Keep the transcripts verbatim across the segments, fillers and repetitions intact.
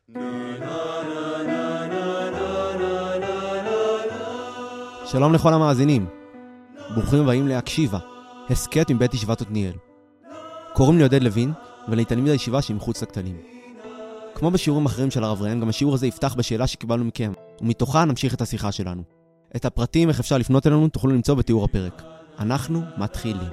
שלום לכל המאזינים, ברוכים הבאים להקשיבה, הסקט מבית ישיבת עתניאל. קוראים לי עודד לוין, ואני תלמיד הישיבה שהיא מחוץ לכתלים. כמו בשיעורים אחרים של הרב ראם, גם השיעור הזה יפתח בשאלה שקיבלנו מכם, ומתוכה נמשיך את השיחה שלנו. את הפרטים איך אפשר לפנות אלינו תוכלו למצוא בתיאור הפרק. אנחנו מתחילים.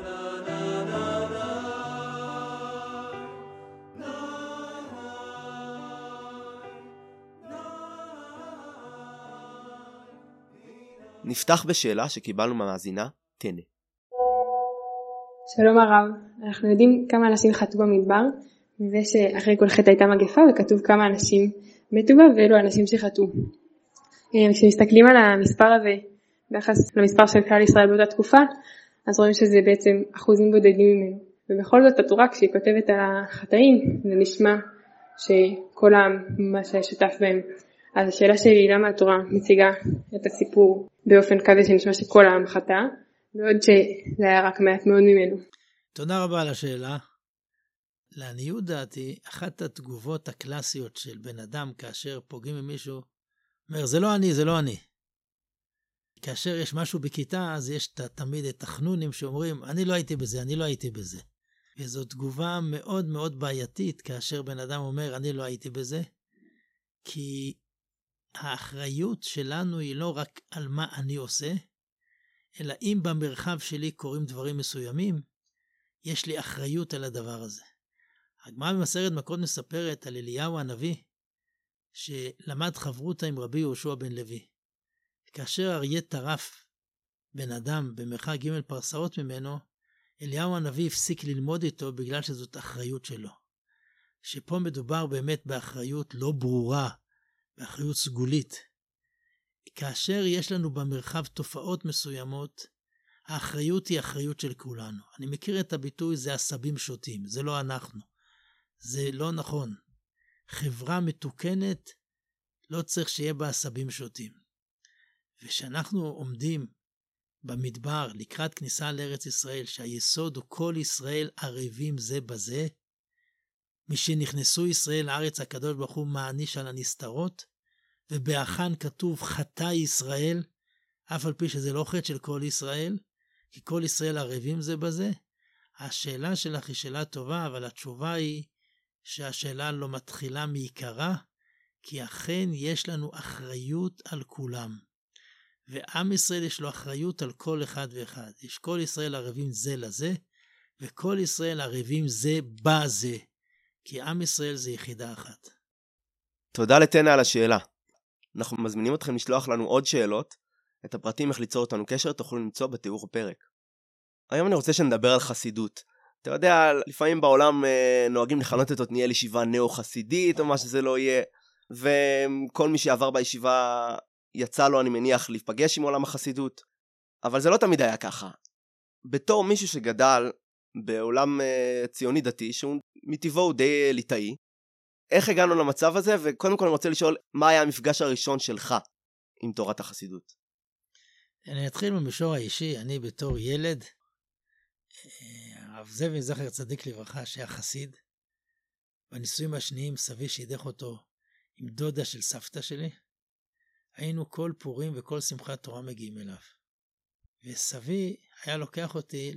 נפתח בשאלה שקיבלנו מהמאזינה, תנה. שלום הרב, אנחנו יודעים כמה אנשים חטאו במדבר, וזה שאחרי כל חטא הייתה מגפה וכתוב כמה אנשים מתו בה ואלו אנשים שחטאו. כשמסתכלים על המספר הזה ביחס למספר של כלל ישראל באותה תקופה, אז רואים שזה בעצם אחוזים בודדים ממנו. ובכל זאת התורה כשהיא כותבת על החטאים, זה נשמע שכל העם מה ששותף בהם. אז השאלה שלי, למה התורה מציגה את הסיפור באופן כזה שנשמע שכל העם חטא, ועוד שזה היה רק מעט מאוד ממנו. תודה רבה על השאלה. לעניות דעתי, אחת התגובות הקלאסיות של בן אדם כאשר פוגעים ממישהו, אומר, זה לא אני, זה לא אני. כאשר יש משהו בכיתה, אז יש תמיד את החנונים שאומרים, אני לא הייתי בזה, אני לא הייתי בזה. וזו תגובה מאוד מאוד בעייתית, כאשר בן אדם אומר, אני לא הייתי בזה, כי האחריות שלנו היא לא רק על מה אני עושה, אלא אם במרחב שלי קורים דברים מסוימים, יש לי אחריות על הדבר הזה. הגמרא במסכת מכות מספרת על אליהו הנביא, שלמד חברותא עם רבי יהושע בן לוי. כאשר אריה טרף בן אדם במרחק ג' פרסאות ממנו, אליהו הנביא הפסיק ללמוד איתו בגלל שזאת אחריות שלו. שפה מדובר באמת באחריות לא ברורה, באחריות סגולית. כאשר יש לנו במרחב תופעות מסוימות, האחריות היא אחריות של כולנו. אני מכיר את הביטוי, זה עשבים שוטים, זה לא אנחנו. זה לא נכון. חברה מתוקנת לא צריך שיהיה בה עשבים שוטים. ושאנחנו עומדים במדבר לקראת כניסה לארץ ישראל, שהיסוד הוא כל ישראל ערבים זה בזה, משנכנסו ישראל לארץ הקדוש ברוך הוא מעניש על הנסתרות, ובאחן כתוב חטא ישראל, אף על פי שזה לא חטא של כל ישראל, כי כל ישראל ערבים זה בזה. השאלה שלך היא שאלה טובה, אבל התשובה היא שהשאלה לא מתחילה מעיקרה, כי אכן יש לנו אחריות על כולם. ועם ישראל יש לו אחריות על כל אחד ואחד. יש כל ישראל ערבים זה לזה, וכל ישראל ערבים זה בזה. כי עם ישראל זה יחידה אחת. תודה לתנה על השאלה. אנחנו מזמינים אתכם לשלוח לנו עוד שאלות. את הפרטים איך ליצור אותנו קשר תוכלו למצוא בתיאור הפרק. היום אני רוצה שנדבר על חסידות. אתה יודע, לפעמים בעולם אה, נוהגים לכנות את עתניאל ישיבה נאו-חסידית או מה שזה לא יהיה. וכל מי שעבר בישיבה יצא לו, אני מניח, להיפגש עם עולם החסידות. אבל זה לא תמיד היה ככה. בתור מישהו שגדל בעולם אה, ציוני דתי, שהוא מטבעו הוא די ליטאי, איך הגענו למצב הזה? וקודם כל אני רוצה לשאול, מה היה המפגש הראשון שלך עם תורת החסידות? אני אתחיל במישור האישי. אני בתור ילד, הרב זאבי זכר צדיק לברכה שהיה חסיד, בנישואים השניים סבי שידך אותו עם דודה של סבתא שלי, היינו כל פורים וכל שמחת תורה מגיעים אליו. וסבי היה לוקח אותי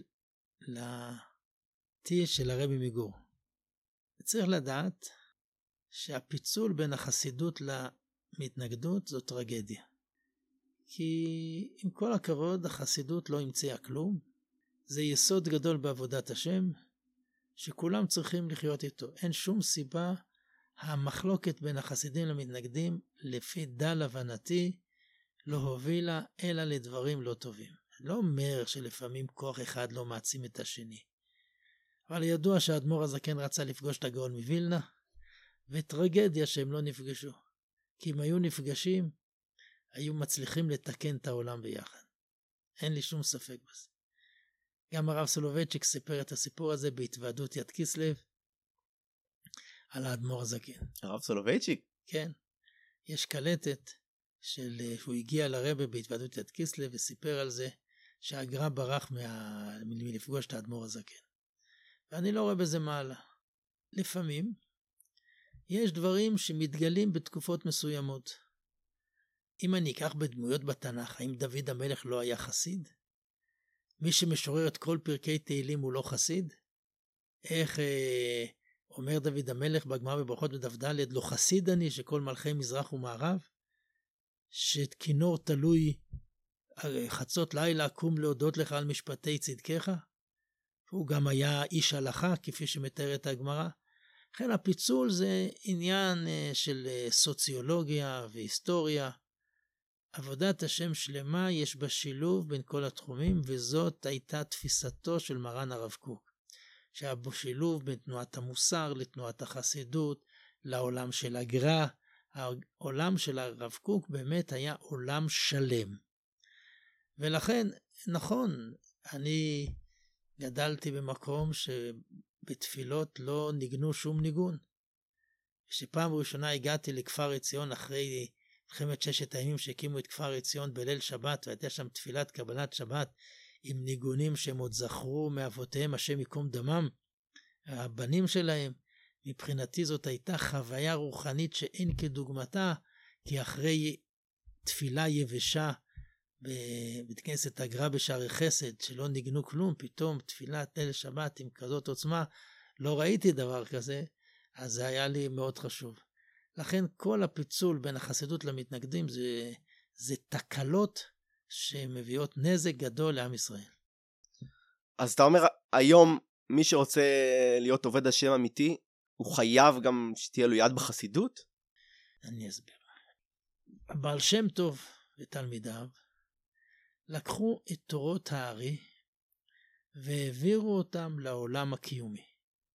לטי של הרבי מגור. צריך לדעת שהפיצול בין החסידות למתנגדות זו טרגדיה. כי עם כל הכבוד החסידות לא המציאה כלום. זה יסוד גדול בעבודת השם שכולם צריכים לחיות איתו. אין שום סיבה. המחלוקת בין החסידים למתנגדים לפי דל הבנתי לא הובילה אלא לדברים לא טובים. לא אומר שלפעמים כוח אחד לא מעצים את השני. אבל ידוע שהאדמו"ר הזקן רצה לפגוש את הגאון מווילנה, וטרגדיה שהם לא נפגשו. כי אם היו נפגשים, היו מצליחים לתקן את העולם ביחד. אין לי שום ספק בזה. גם הרב סולובייצ'יק סיפר את הסיפור הזה בהתוועדות יד כסלו, על האדמו"ר הזקן. הרב סולובייצ'יק? כן. יש קלטת של, שהוא הגיע לרבה בהתוועדות יד כסלו וסיפר על זה שהגר"א ברח מה, מלפגוש את האדמו"ר הזקן. ואני לא רואה בזה מעלה. לפעמים יש דברים שמתגלים בתקופות מסוימות. אם אני אקח בדמויות בתנ"ך, האם דוד המלך לא היה חסיד? מי שמשורר את כל פרקי תהילים הוא לא חסיד? איך אה, אומר דוד המלך בגמרא בברכות בדף ד', לא חסיד אני שכל מלכי מזרח ומערב? שאת כינור תלוי חצות לילה קום להודות לך על משפטי צדקך? הוא גם היה איש הלכה כפי שמתארת הגמרא. לכן הפיצול זה עניין של סוציולוגיה והיסטוריה. עבודת השם שלמה יש בה שילוב בין כל התחומים, וזאת הייתה תפיסתו של מרן הרב קוק, שהיה בו שילוב בין תנועת המוסר לתנועת החסידות, לעולם של הגר"א. העולם של הרב קוק באמת היה עולם שלם. ולכן, נכון, אני גדלתי במקום שבתפילות לא ניגנו שום ניגון. כשפעם ראשונה הגעתי לכפר עציון אחרי מלחמת ששת הימים שהקימו את כפר עציון בליל שבת, והייתה שם תפילת קבלת שבת עם ניגונים שהם עוד זכרו מאבותיהם השם יקום דמם, הבנים שלהם. מבחינתי זאת הייתה חוויה רוחנית שאין כדוגמתה, כי אחרי תפילה יבשה בבית כנסת הגר"א בשערי חסד שלא ניגנו כלום, פתאום תפילת ליל שבת עם כזאת עוצמה, לא ראיתי דבר כזה, אז זה היה לי מאוד חשוב. לכן כל הפיצול בין החסידות למתנגדים זה, זה תקלות שמביאות נזק גדול לעם ישראל. אז אתה אומר, היום מי שרוצה להיות עובד השם אמיתי, הוא חייב גם שתהיה לו יד בחסידות? אני אסביר. הבעל שם טוב ותלמידיו לקחו את תורות הארי והעבירו אותם לעולם הקיומי.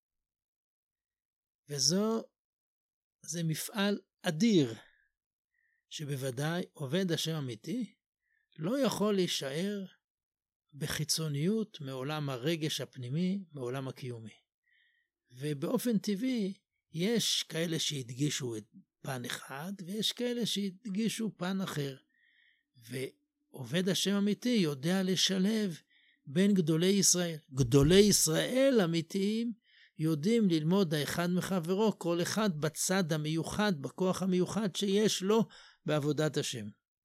וזו, זה מפעל אדיר, שבוודאי עובד השם אמיתי לא יכול להישאר בחיצוניות מעולם הרגש הפנימי, מעולם הקיומי. ובאופן טבעי יש כאלה שהדגישו את פן אחד, ויש כאלה שהדגישו פן אחר. ועובד השם אמיתי יודע לשלב בין גדולי ישראל. גדולי ישראל אמיתיים יודעים ללמוד האחד מחברו, כל אחד בצד המיוחד, בכוח המיוחד שיש לו בעבודת השם.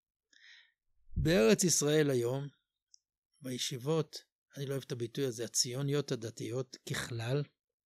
בארץ ישראל היום, בישיבות, אני לא אוהב את הביטוי הזה, הציוניות הדתיות ככלל,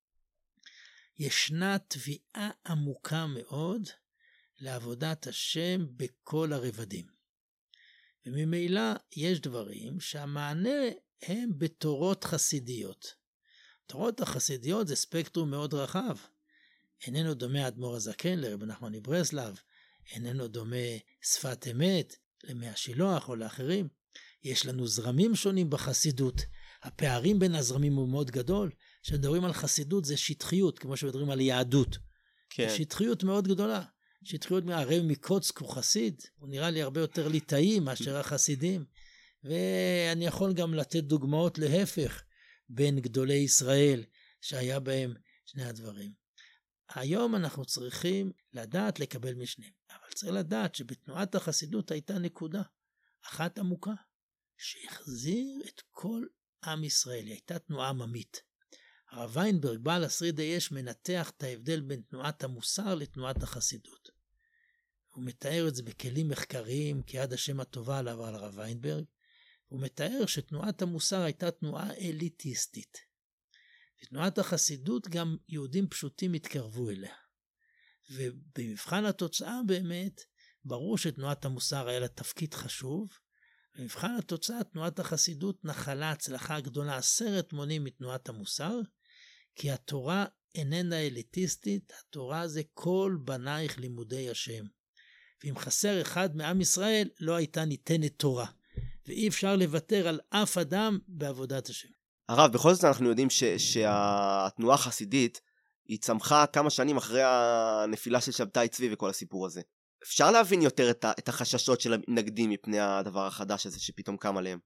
ישנה תביעה עמוקה מאוד לעבודת השם בכל הרבדים. וממילא יש דברים שהמענה הם בתורות חסידיות. תורות החסידיות זה ספקטרום מאוד רחב. איננו דומה אדמו"ר הזקן לרב נחמן מברסלב, איננו דומה שפת אמת למי השילוח או לאחרים. יש לנו זרמים שונים בחסידות. הפערים בין הזרמים הוא מאוד גדול. כשמדברים על חסידות זה שטחיות, כמו שמדברים על יהדות. כן. שטחיות מאוד גדולה. שטחיות מהרב מקוצק הוא חסיד, הוא נראה לי הרבה יותר ליטאי מאשר החסידים. ואני יכול גם לתת דוגמאות להפך, בין גדולי ישראל שהיה בהם שני הדברים. היום אנחנו צריכים לדעת לקבל משנה, אבל צריך לדעת שבתנועת החסידות הייתה נקודה אחת עמוקה, שהחזיר את כל עם ישראל, היא הייתה תנועה עממית. הרב ויינברג, בעל השרידי יש, מנתח את ההבדל בין תנועת המוסר לתנועת החסידות. הוא מתאר את זה בכלים מחקריים, כי עד השם הטובה עליו על הרב ויינברג. הוא מתאר שתנועת המוסר הייתה תנועה אליטיסטית. ותנועת החסידות גם יהודים פשוטים התקרבו אליה. ובמבחן התוצאה באמת, ברור שתנועת המוסר היה לה תפקיד חשוב, במבחן התוצאה תנועת החסידות נחלה הצלחה גדולה עשרת מונים מתנועת המוסר, כי התורה איננה אליטיסטית, התורה זה כל בנייך לימודי השם. ואם חסר אחד מעם ישראל, לא הייתה ניתנת תורה. ואי אפשר לוותר על אף אדם בעבודת השם. הרב, בכל זאת אנחנו יודעים ש- שהתנועה החסידית היא צמחה כמה שנים אחרי הנפילה של שבתאי צבי וכל הסיפור הזה. אפשר להבין יותר את, ה- את החששות של המתנגדים מפני הדבר החדש הזה שפתאום קם עליהם.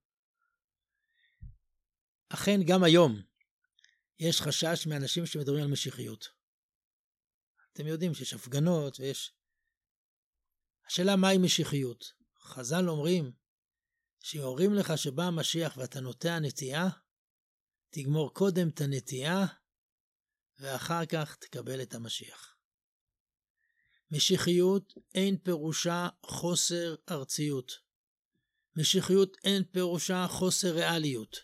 אכן גם היום יש חשש מאנשים שמדברים על משיחיות. אתם יודעים שיש הפגנות ויש... השאלה מהי משיחיות? חז"ל אומרים שאומרים לך שבא המשיח ואתה נוטע נטיעה, תגמור קודם את הנטיעה ואחר כך תקבל את המשיח. משיחיות אין פירושה חוסר ארציות. משיחיות אין פירושה חוסר ריאליות.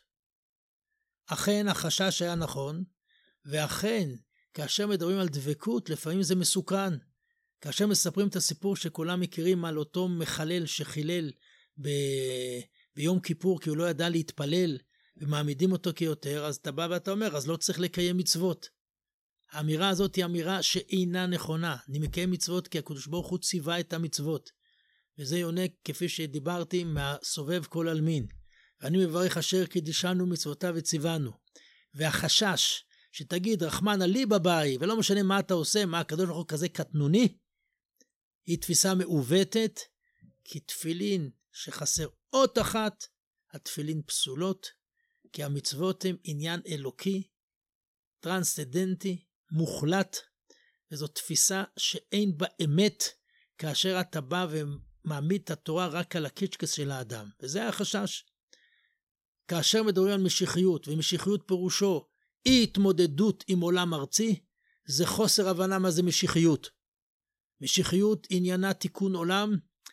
אכן החשש היה נכון, ואכן כאשר מדברים על דבקות לפעמים זה מסוכן. כאשר מספרים את הסיפור שכולם מכירים על אותו מחלל שחילל ב... ביום כיפור כי הוא לא ידע להתפלל ומעמידים אותו כיותר, אז אתה בא ואתה אומר, אז לא צריך לקיים מצוות. האמירה הזאת היא אמירה שאינה נכונה. אני מקיים מצוות כי הקדוש ברוך הוא ציווה את המצוות. וזה יונק כפי שדיברתי מהסובב כל אלמין. ואני מברך אשר קידשנו מצוותיו וציוונו. והחשש שתגיד רחמנא ליבא באי ולא משנה מה אתה עושה, מה הקדוש ברוך הוא כזה קטנוני, היא תפיסה מעוותת, כי תפילין שחסר אות אחת, התפילין פסולות, כי המצוות הם עניין אלוקי, טרנסצנדנטי, מוחלט, וזו תפיסה שאין בה אמת, כאשר אתה בא ומעמיד את התורה רק על הקיצ'קס של האדם. וזה החשש. כאשר מדברים על משיחיות, ומשיחיות פירושו אי התמודדות עם עולם ארצי, זה חוסר הבנה מה זה משיחיות. משיחיות עניינה תיקון עולם,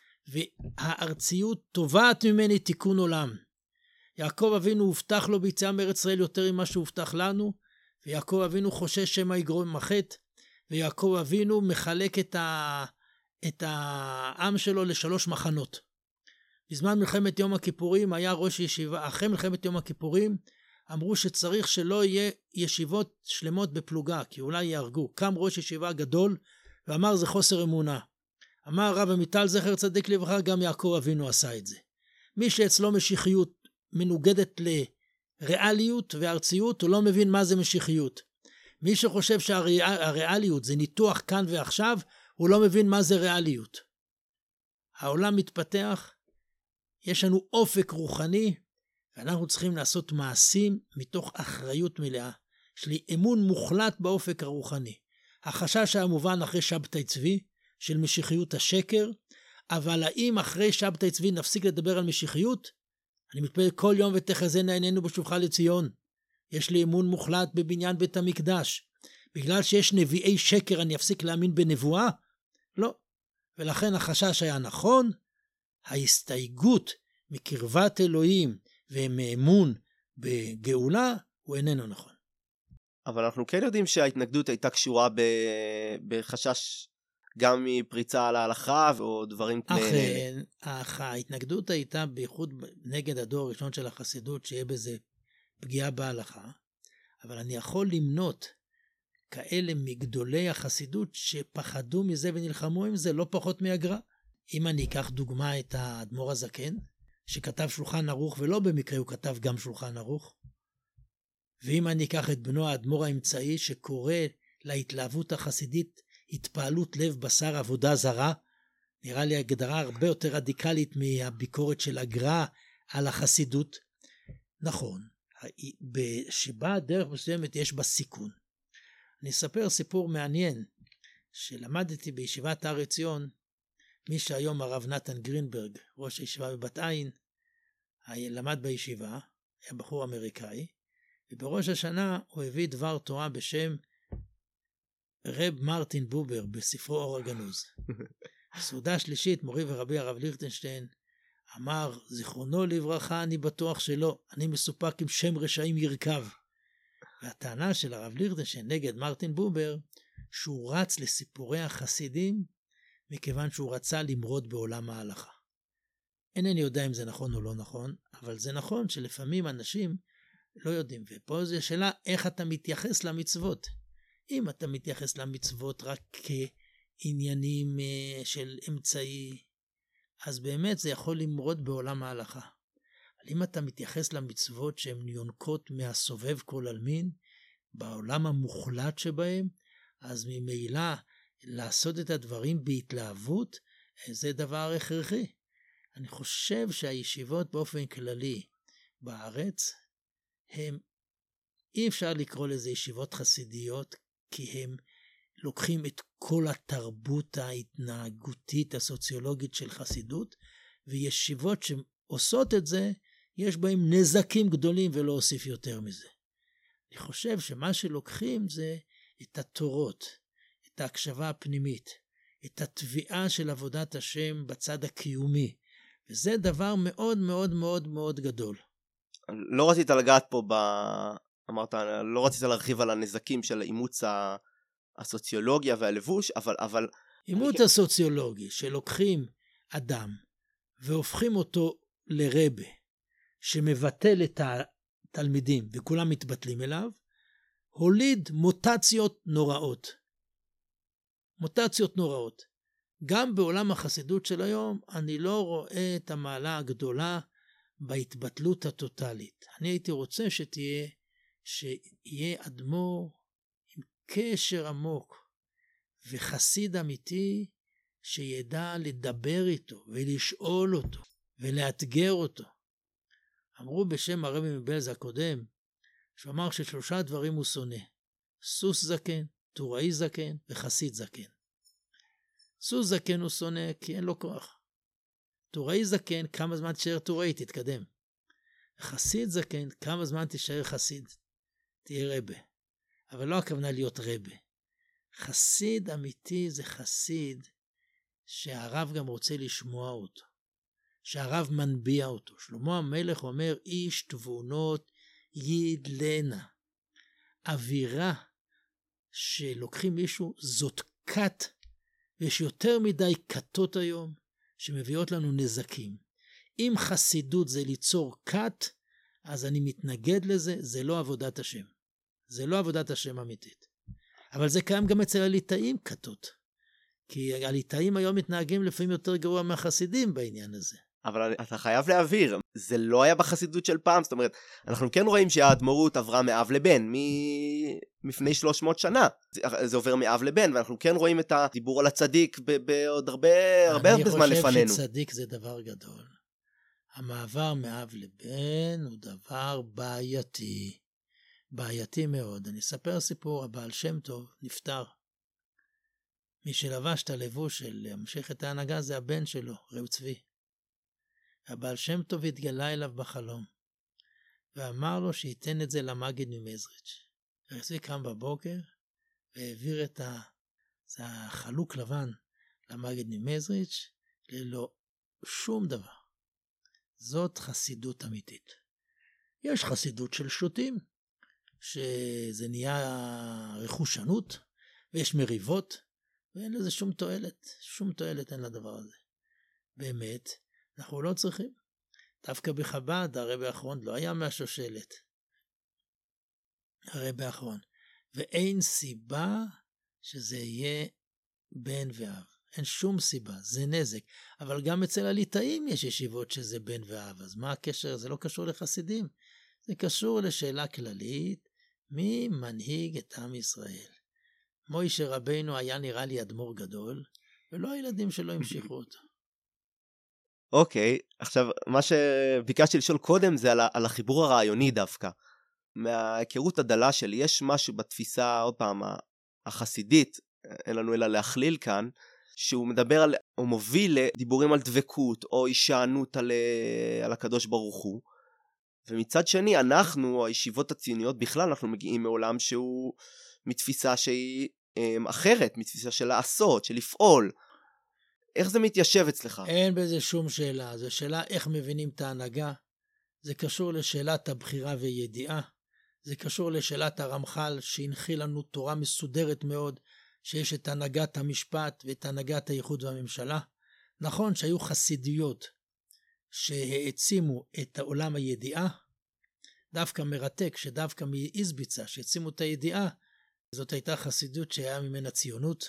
והארציות תובעת ממני תיקון עולם. יעקב אבינו הובטח לו ביציאה מארץ ישראל יותר ממה שהובטח לנו, ויעקב אבינו חושש שמא יגרום החטא, ויעקב אבינו מחלק את, ה... את העם שלו לשלוש מחנות. בזמן מלחמת יום הכיפורים היה ראש ישיבה, אחרי מלחמת יום הכיפורים, אמרו שצריך שלא יהיה ישיבות שלמות בפלוגה, כי אולי יהרגו. קם ראש ישיבה גדול, ואמר זה חוסר אמונה. אמר רב עמיטל זכר צדיק לברכה, גם יעקב אבינו עשה את זה. מי שאצלו משיחיות מנוגדת לריאליות וארציות, הוא לא מבין מה זה משיחיות. מי שחושב שהריאליות זה ניתוח כאן ועכשיו, הוא לא מבין מה זה ריאליות. העולם מתפתח, יש לנו אופק רוחני, ואנחנו צריכים לעשות מעשים מתוך אחריות מלאה. יש לי אמון מוחלט באופק הרוחני. החשש היה מובן אחרי שבתאי צבי, של משיחיות השקר, אבל האם אחרי שבתאי צבי נפסיק לדבר על משיחיות? אני מתפלל כל יום ותחזינה עינינו בשובך לציון. יש לי אמון מוחלט בבניין בית המקדש. בגלל שיש נביאי שקר אני אפסיק להאמין בנבואה? לא. ולכן החשש היה נכון, ההסתייגות מקרבת אלוהים ומאמון בגאולה הוא איננו נכון. אבל אנחנו כן יודעים שההתנגדות הייתה קשורה בחשש גם מפריצה על ההלכה או דברים אכן, אך ההתנגדות הייתה בייחוד נגד הדור הראשון של החסידות, שיהיה בזה פגיעה בהלכה, אבל אני יכול למנות כאלה מגדולי החסידות שפחדו מזה ונלחמו עם זה לא פחות מהגר"א. אם אני אקח דוגמה את האדמו"ר הזקן, שכתב שולחן ערוך, ולא במקרה הוא כתב גם שולחן ערוך, ואם אני אקח את בנו האדמו"ר האמצעי, שקורא להתלהבות החסידית התפעלות לב בשר עבודה זרה, נראה לי הגדרה הרבה יותר רדיקלית מהביקורת של הגר"א על החסידות. נכון, שבה דרך מסוימת יש בה סיכון. אני אספר סיפור מעניין, שלמדתי בישיבת הר עציון, מי שהיום הרב נתן גרינברג, ראש הישיבה בבת עין, למד בישיבה, היה בחור אמריקאי, ובראש השנה הוא הביא דבר תורה בשם רב מרטין בובר בספרו אור הגנוז. סעודה שלישית, מורי ורבי הרב ליכטנשטיין אמר, זיכרונו לברכה, אני בטוח שלא, אני מסופק עם שם רשעים ירכב. והטענה של הרב ליכטנשטיין נגד מרטין בובר, שהוא רץ לסיפורי החסידים, מכיוון שהוא רצה למרוד בעולם ההלכה. אינני יודע אם זה נכון או לא נכון, אבל זה נכון שלפעמים אנשים לא יודעים, ופה זו שאלה איך אתה מתייחס למצוות. אם אתה מתייחס למצוות רק כעניינים של אמצעי, אז באמת זה יכול למרוד בעולם ההלכה. אבל אם אתה מתייחס למצוות שהן יונקות מהסובב כל אלמין, בעולם המוחלט שבהם, אז ממילא לעשות את הדברים בהתלהבות, זה דבר הכרחי. אני חושב שהישיבות באופן כללי בארץ, הם, אי אפשר לקרוא לזה ישיבות חסידיות, כי הם לוקחים את כל התרבות ההתנהגותית הסוציולוגית של חסידות, וישיבות שעושות את זה, יש בהם נזקים גדולים ולא אוסיף יותר מזה. אני חושב שמה שלוקחים זה את התורות, את ההקשבה הפנימית, את התביעה של עבודת השם בצד הקיומי. וזה דבר מאוד מאוד מאוד מאוד גדול. לא רצית לגעת פה ב... אמרת, לא רצית להרחיב על הנזקים של אימוץ הסוציולוגיה והלבוש, אבל... אבל... אימוץ הסוציולוגי, שלוקחים אדם והופכים אותו לרבה, שמבטל את התלמידים וכולם מתבטלים אליו, הוליד מוטציות נוראות. מוטציות נוראות. גם בעולם החסידות של היום, אני לא רואה את המעלה הגדולה בהתבטלות הטוטלית. אני הייתי רוצה שתהיה, שיהיה אדמו"ר עם קשר עמוק וחסיד אמיתי שידע לדבר איתו ולשאול אותו ולאתגר אותו. אמרו בשם הרבי מבלז הקודם, שהוא אמר ששלושה דברים הוא שונא. סוס זקן, טוראי זקן וחסיד זקן. סוס זקן הוא שונא כי אין לו כוח. טוראי זקן, כמה זמן תישאר טוראי, תתקדם. חסיד זקן, כמה זמן תישאר חסיד, תהיה רבה. אבל לא הכוונה להיות רבה. חסיד אמיתי זה חסיד שהרב גם רוצה לשמוע אותו. שהרב מנביע אותו. שלמה המלך אומר, איש תבונות ידלנה. אווירה שלוקחים מישהו זאת כת, ויש יותר מדי כתות היום שמביאות לנו נזקים. אם חסידות זה ליצור כת, אז אני מתנגד לזה, זה לא עבודת השם. זה לא עבודת השם אמיתית. אבל זה קיים גם אצל הליטאים כתות. כי הליטאים היום מתנהגים לפעמים יותר גרוע מהחסידים בעניין הזה. אבל אתה חייב להעביר, זה לא היה בחסידות של פעם, זאת אומרת, אנחנו כן רואים שהאדמו"רות עברה מאב לבן, מלפני שלוש מאות שנה, זה עובר מאב לבן, ואנחנו כן רואים את הדיבור על הצדיק בעוד הרבה הרבה הרבה זמן לפנינו. אני חושב שצדיק זה דבר גדול. המעבר מאב לבן הוא דבר בעייתי, בעייתי מאוד. אני אספר סיפור, הבעל שם טוב נפטר. מי שלבש את הלבוש של להמשיך את ההנהגה זה הבן שלו, רב צבי. הבעל שם טוב התגלה אליו בחלום, ואמר לו שייתן את זה למגד ממזריץ'. רב צבי קם בבוקר, והעביר את ה... זה החלוק לבן למגד ממזריץ', ללא שום דבר. זאת חסידות אמיתית. יש חסידות של שוטים, שזה נהיה רכושנות, ויש מריבות, ואין לזה שום תועלת, שום תועלת אין לדבר הזה. באמת, אנחנו לא צריכים. דווקא בחב"ד, הרבי האחרון לא היה מהשושלת. הרבי האחרון. ואין סיבה שזה יהיה בן ואב. אין שום סיבה, זה נזק. אבל גם אצל הליטאים יש ישיבות שזה בן ואב. אז מה הקשר? זה לא קשור לחסידים. זה קשור לשאלה כללית, מי מנהיג את עם ישראל? מוישה רבינו היה נראה לי אדמו"ר גדול, ולא הילדים שלו המשיכו אותו. אוקיי, עכשיו מה שביקשתי לשאול קודם זה על, על החיבור הרעיוני דווקא. מההיכרות הדלה שלי, יש משהו בתפיסה, עוד פעם, החסידית, אין לנו אלא להכליל כאן, שהוא מדבר על, או מוביל לדיבורים על דבקות, או הישענות על, על הקדוש ברוך הוא. ומצד שני, אנחנו, הישיבות הציוניות בכלל, אנחנו מגיעים מעולם שהוא מתפיסה שהיא אחרת, מתפיסה של לעשות, של לפעול. איך זה מתיישב אצלך? אין בזה שום שאלה. זו שאלה איך מבינים את ההנהגה. זה קשור לשאלת הבחירה וידיעה. זה קשור לשאלת הרמח"ל שהנחיל לנו תורה מסודרת מאוד, שיש את הנהגת המשפט ואת הנהגת הייחוד והממשלה. נכון שהיו חסידיות שהעצימו את עולם הידיעה, דווקא מרתק שדווקא מאיזביצה שהעצימו את הידיעה, זאת הייתה חסידות שהיה ממנה ציונות,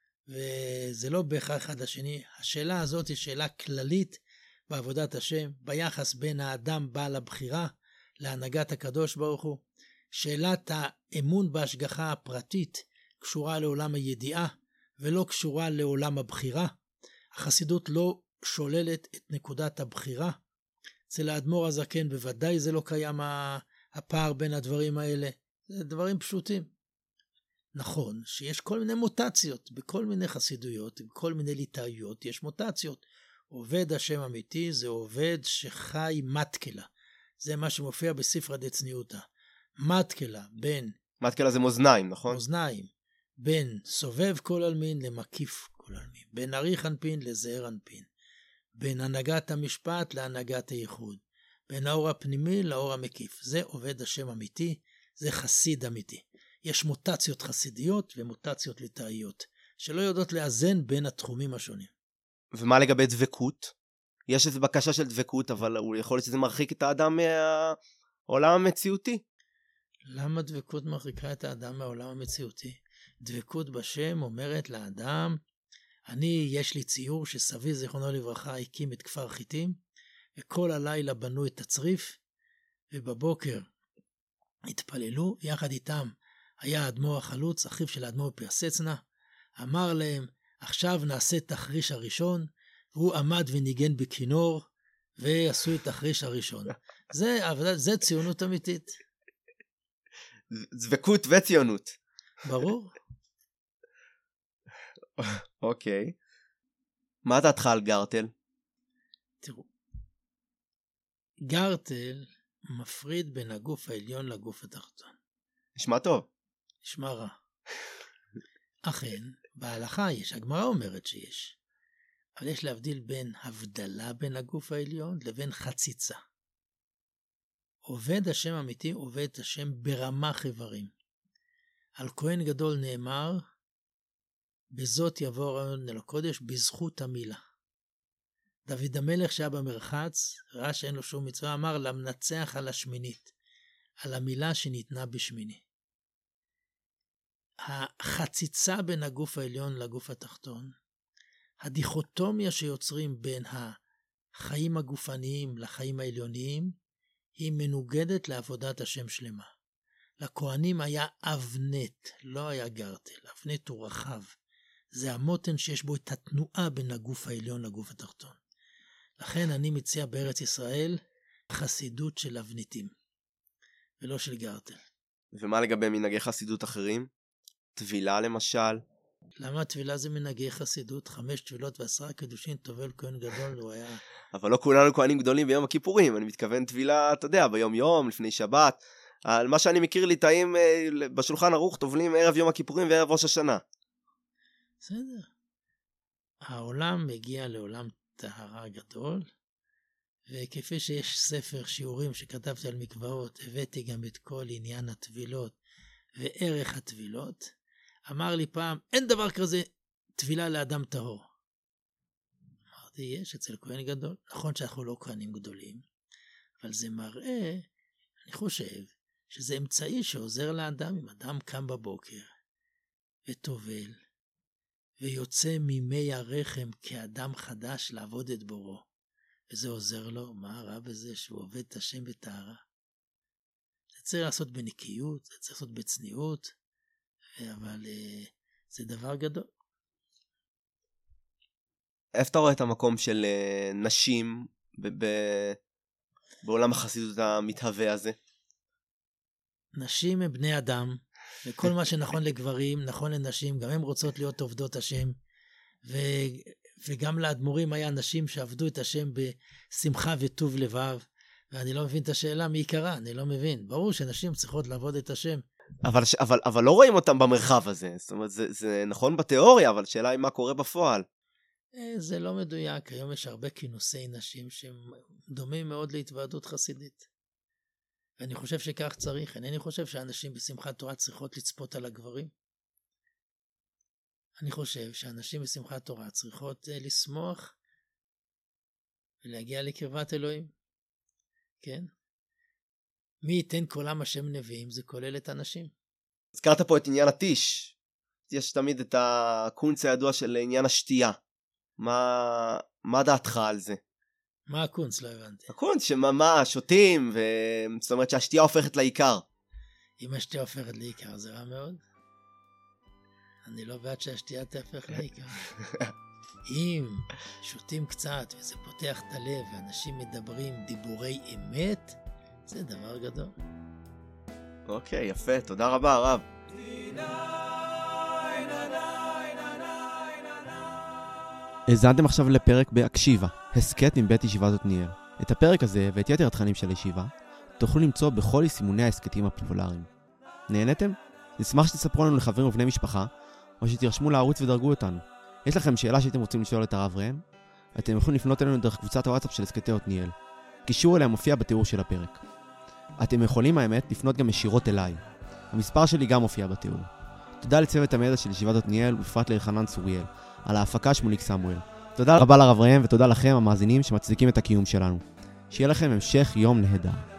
וזה לא בהכרח אחד לשני. השאלה הזאת היא שאלה כללית בעבודת השם, ביחס בין האדם בעל הבחירה להנהגת הקדוש ברוך הוא. שאלת האמון בהשגחה הפרטית קשורה לעולם הידיעה, ולא קשורה לעולם הבחירה. החסידות לא שוללת את נקודת הבחירה. אצל האדמו"ר הזקן בוודאי זה לא קיים הפער בין הדברים האלה. זה דברים פשוטים. נכון שיש כל מיני מוטציות, בכל מיני חסידויות, בכל מיני ליטאיות יש מוטציות. עובד השם אמיתי זה עובד שחי מתקלה. זה מה שמופיע בספרא דצניעותא. מתקלה בין... מתקלה זה מאזניים, נכון? מאזניים. בין סובב כל אלמין למקיף כל כל העלמין. בין אריך אנפין לזעיר אנפין. בין הנהגת המשפט להנהגת הייחוד. בין האור הפנימי לאור המקיף. זה עובד השם אמיתי, זה חסיד אמיתי. יש מוטציות חסידיות ומוטציות ליטאיות, שלא יודעות לאזן בין התחומים השונים. ומה לגבי דבקות? יש איזו בקשה של דבקות, אבל הוא יכול להיות שזה מרחיק את האדם מהעולם המציאותי. למה דבקות מרחיקה את האדם מהעולם המציאותי? דבקות בשם אומרת לאדם, אני, יש לי ציור שסבי זיכרונו לברכה הקים את כפר חיטים, וכל הלילה בנו את הצריף, ובבוקר התפללו, יחד איתם היה האדמו"ר החלוץ, אחיו של האדמו"ר פיאסצנה, אמר להם, עכשיו נעשה את התחריש הראשון, והוא עמד וניגן בכינור, ועשו את התחריש הראשון. זה, זה ציונות אמיתית. דבקות וציונות. ברור. אוקיי. מה דעתך על גרטל? תראו, גרטל מפריד בין הגוף העליון לגוף התחתון. נשמע טוב. נשמע רע. אכן, בהלכה יש, הגמרא אומרת שיש. אבל יש להבדיל בין הבדלה בין הגוף העליון לבין חציצה. עובד השם אמיתי, עובד השם ברמה חיברים. על כהן גדול נאמר, בזאת יבוא רעיון אל הקודש, בזכות המילה. דוד המלך שהיה במרחץ, ראה שאין לו שום מצווה, אמר למנצח על השמינית, על המילה שניתנה בשמיני. החציצה בין הגוף העליון לגוף התחתון, הדיכוטומיה שיוצרים בין החיים הגופניים לחיים העליוניים, היא מנוגדת לעבודת השם שלמה. לכהנים היה אבנט, לא היה גרטל. אבנט הוא רחב. זה המותן שיש בו את התנועה בין הגוף העליון לגוף התחתון. לכן אני מציע בארץ ישראל חסידות של אבניתים, ולא של גרטל. ומה לגבי מנהגי חסידות אחרים? תבילה למשל? למה התבילה זה מנהגי חסידות? חמש תבילות ועשרה קידושין, טובל כהן גדול, הוא היה... אבל לא כולנו כהנים גדולים ביום הכיפורים, אני מתכוון תבילה, אתה יודע, ביום יום, לפני שבת. על מה שאני מכיר ליטאים בשולחן ערוך, טובלים ערב יום הכיפורים וערב ראש השנה. בסדר. העולם מגיע לעולם טהרה גדול, וכפי שיש ספר שיעורים שכתבתי על מקוואות, הבאתי גם את כל עניין התבילות וערך התבילות. אמר לי פעם, אין דבר כזה תבילה לאדם טהור. אמרתי, יש אצל כהן גדול. נכון שאנחנו לא כהנים גדולים, אבל זה מראה, אני חושב, שזה אמצעי שעוזר לאדם. אם אדם קם בבוקר וטובל, ויוצא ממי הרחם כאדם חדש לעבוד את בורו, וזה עוזר לו, מה רע בזה שהוא עובד את השם בטהרה? זה צריך לעשות בנקיות, זה צריך לעשות בצניעות, אבל uh, זה דבר גדול. איפה אתה רואה את המקום של uh, נשים ב- ב- בעולם החסידות המתהווה הזה? נשים הם בני אדם, וכל מה שנכון לגברים, נכון לנשים, גם הן רוצות להיות עובדות השם, ו- וגם לאדמו"רים היה נשים שעבדו את השם בשמחה וטוב לבב, ואני לא מבין את השאלה מי יקרה, אני לא מבין. ברור שנשים צריכות לעבוד את השם. אבל, אבל, אבל לא רואים אותם במרחב הזה, זאת אומרת, זה, זה נכון בתיאוריה, אבל שאלה היא מה קורה בפועל. זה לא מדויק, היום יש הרבה כינוסי נשים שהם דומים מאוד להתוועדות חסידית. ואני חושב שכך צריך, אינני חושב שאנשים בשמחת תורה צריכות לצפות על הגברים. אני חושב שאנשים בשמחת תורה צריכות לשמוח ולהגיע לקרבת אלוהים. כן? מי ייתן קולם השם נביאים, זה כולל את הנשים. הזכרת פה את עניין הטיש. יש תמיד את הקונץ הידוע של עניין השתייה. מה, מה דעתך על זה? מה הקונץ? לא הבנתי. הקונץ שממש שותים, ו... זאת אומרת שהשתייה הופכת לעיקר. אם השתייה הופכת לעיקר זה רע מאוד. אני לא בעד שהשתייה תהפך לעיקר. אם שותים קצת וזה פותח את הלב ואנשים מדברים דיבורי אמת, זה דבר גדול. אוקיי, יפה, תודה רבה הרב. האזנתם עכשיו לפרק בהקשיבה, הסקט מבית ישיבת עתניאל. את הפרק הזה ואת יתר התכנים של הישיבה תוכלו למצוא בכל יישומוני ההסקטים הפופולריים. נהנתם? נשמח שתספרו לנו לחברים ובני משפחה, או שתירשמו לערוץ ודרגו אותנו. יש לכם שאלה שהייתם רוצים לשאול את הרב ראם? אתם יכולים לפנות אלינו דרך קבוצת הוואטסאפ של הסכתי עתניאל. קישור אליה מופיע בתיאור של הפרק. אתם יכולים האמת לפנות גם ישירות אליי. המספר שלי גם מופיע בתיאור. תודה לצוות המדע של ישיבת עתניאל ובפרט לאלחנן צוריאל, על ההפקה שמוליק סמואל. תודה רבה לרב ראם ותודה לכם המאזינים שמצדיקים את הקיום שלנו. שיהיה לכם המשך יום נהדר.